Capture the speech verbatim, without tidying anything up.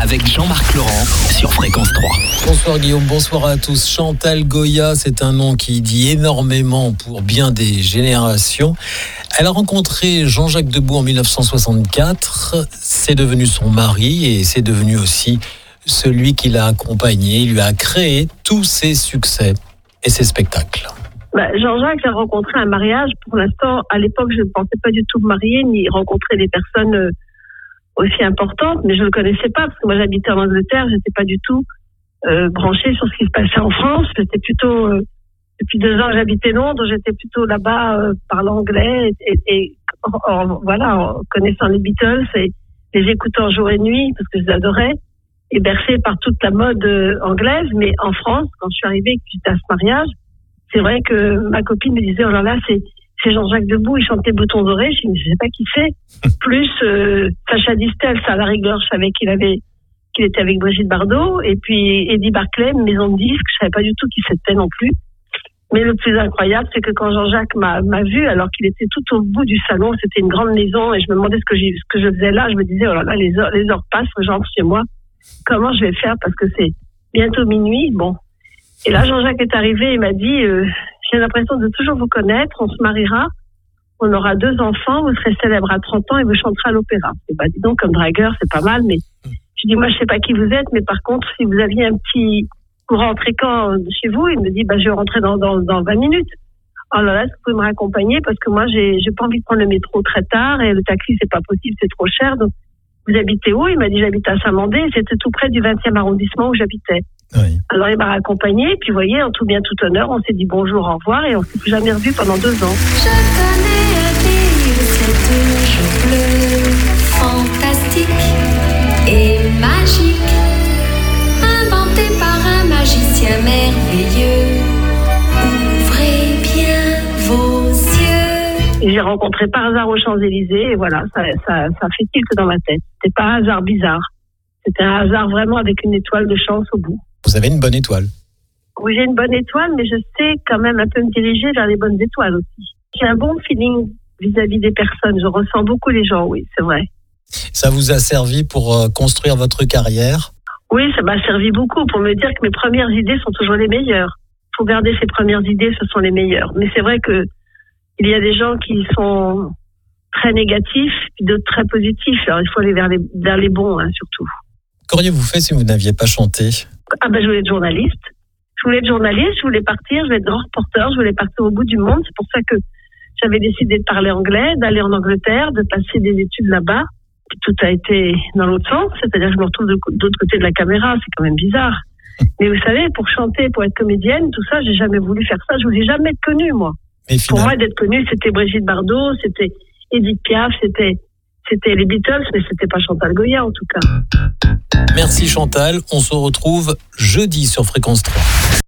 avec Jean-Marc Laurent sur Fréquence trois. Bonsoir Guillaume, bonsoir à tous. Chantal Goya, c'est un nom qui dit énormément pour bien des générations. Elle a rencontré Jean-Jacques Debout en dix-neuf cent soixante-quatre. C'est devenu son mari et c'est devenu aussi celui qui l'a accompagné. Il lui a créé tous ses succès et ses spectacles. Bah, Jean-Jacques, j'ai rencontré un mariage. Pour l'instant, à l'époque, je ne pensais pas du tout me marier ni rencontrer des personnes aussi importantes, mais je ne le connaissais pas parce que moi j'habitais en Angleterre, je n'étais pas du tout euh, branchée sur ce qui se passait en France. J'étais plutôt, euh, depuis deux ans que j'habitais Londres, j'étais plutôt là-bas euh, parlant anglais et, et, et en, en, voilà, en connaissant les Beatles et les écoutant jour et nuit parce que je les adorais et bercée par toute la mode euh, anglaise. Mais en France, quand je suis arrivée et que j'étais à ce mariage, c'est vrai que ma copine me disait, oh là là, c'est, c'est Jean-Jacques Debout, il chantait Bouton Doré. Je ne sais pas qui c'est. Plus euh, Sacha Distel, ça à la rigueur, je savais qu'il avait, qu'il était avec Brigitte Bardot. Et puis Eddie Barclay, maison de disques, je savais pas du tout qui c'était non plus. Mais le plus incroyable, c'est que quand Jean-Jacques m'a, m'a vu, alors qu'il était tout au bout du salon, c'était une grande maison, et je me demandais ce que, j'ai, ce que je faisais là. Je me disais, oh là là, les heures, les heures passent, j'entre chez moi. Comment je vais faire parce que c'est bientôt minuit. Bon. Et là, Jean-Jacques est arrivé et m'a dit, euh, j'ai l'impression de toujours vous connaître, on se mariera, on aura deux enfants, vous serez célèbre à trente ans et vous chanterez à l'opéra. Et bah, dis donc, comme dragueur, c'est pas mal, mais je dis, moi, je sais pas qui vous êtes, mais par contre, si vous aviez un petit, vous rentrez quand chez vous? Il me dit, bah, je vais rentrer dans, dans, dans vingt minutes. Oh là là, est-ce que vous pouvez me raccompagner? Parce que moi, j'ai, j'ai pas envie de prendre le métro très tard et le taxi, c'est pas possible, c'est trop cher. Donc, vous habitez où? Il m'a dit, j'habite à Saint-Mandé, c'était tout près du vingtième arrondissement où j'habitais. Oui. Alors il m'a raccompagné, et puis vous voyez, en tout bien tout honneur, on s'est dit bonjour, au revoir, et on s'est plus jamais revu pendant deux ans. Je tenais à dire cette jour bleue, fantastique et magique, inventée par un magicien merveilleux. Ouvrez bien vos yeux. Et j'ai rencontré par hasard aux Champs-Élysées, et voilà, ça, ça, ça fait tilt dans ma tête. C'était pas un hasard bizarre. C'était un hasard vraiment avec une étoile de chance au bout. Vous avez une bonne étoile. Oui, j'ai une bonne étoile, mais je sais quand même un peu me diriger vers les bonnes étoiles aussi. J'ai un bon feeling vis-à-vis des personnes. Je ressens beaucoup les gens, oui, c'est vrai. Ça vous a servi pour euh, construire votre carrière? Oui, ça m'a servi beaucoup pour me dire que mes premières idées sont toujours les meilleures. Il faut garder ses premières idées, ce sont les meilleures. Mais c'est vrai que il y a des gens qui sont très négatifs, puis d'autres très positifs. Alors il faut aller vers les, vers les bons, hein, surtout. Qu'auriez-vous fait si vous n'aviez pas chanté? Ah ben, je voulais être journaliste. Je voulais être journaliste, je voulais partir, je voulais être grand reporter, je voulais partir au bout du monde. C'est pour ça que j'avais décidé de parler anglais, d'aller en Angleterre, de passer des études là-bas. Puis tout a été dans l'autre sens, c'est-à-dire que je me retrouve de l'autre côté de la caméra, c'est quand même bizarre. Mais vous savez, pour chanter, pour être comédienne, tout ça, j'ai jamais voulu faire ça. Je voulais jamais être connue, moi. Mais pour moi, d'être connue, c'était Brigitte Bardot, c'était Edith Piaf, c'était... C'était les Beatles, mais c'était pas Chantal Goya en tout cas. Merci Chantal, on se retrouve jeudi sur Fréquence trois.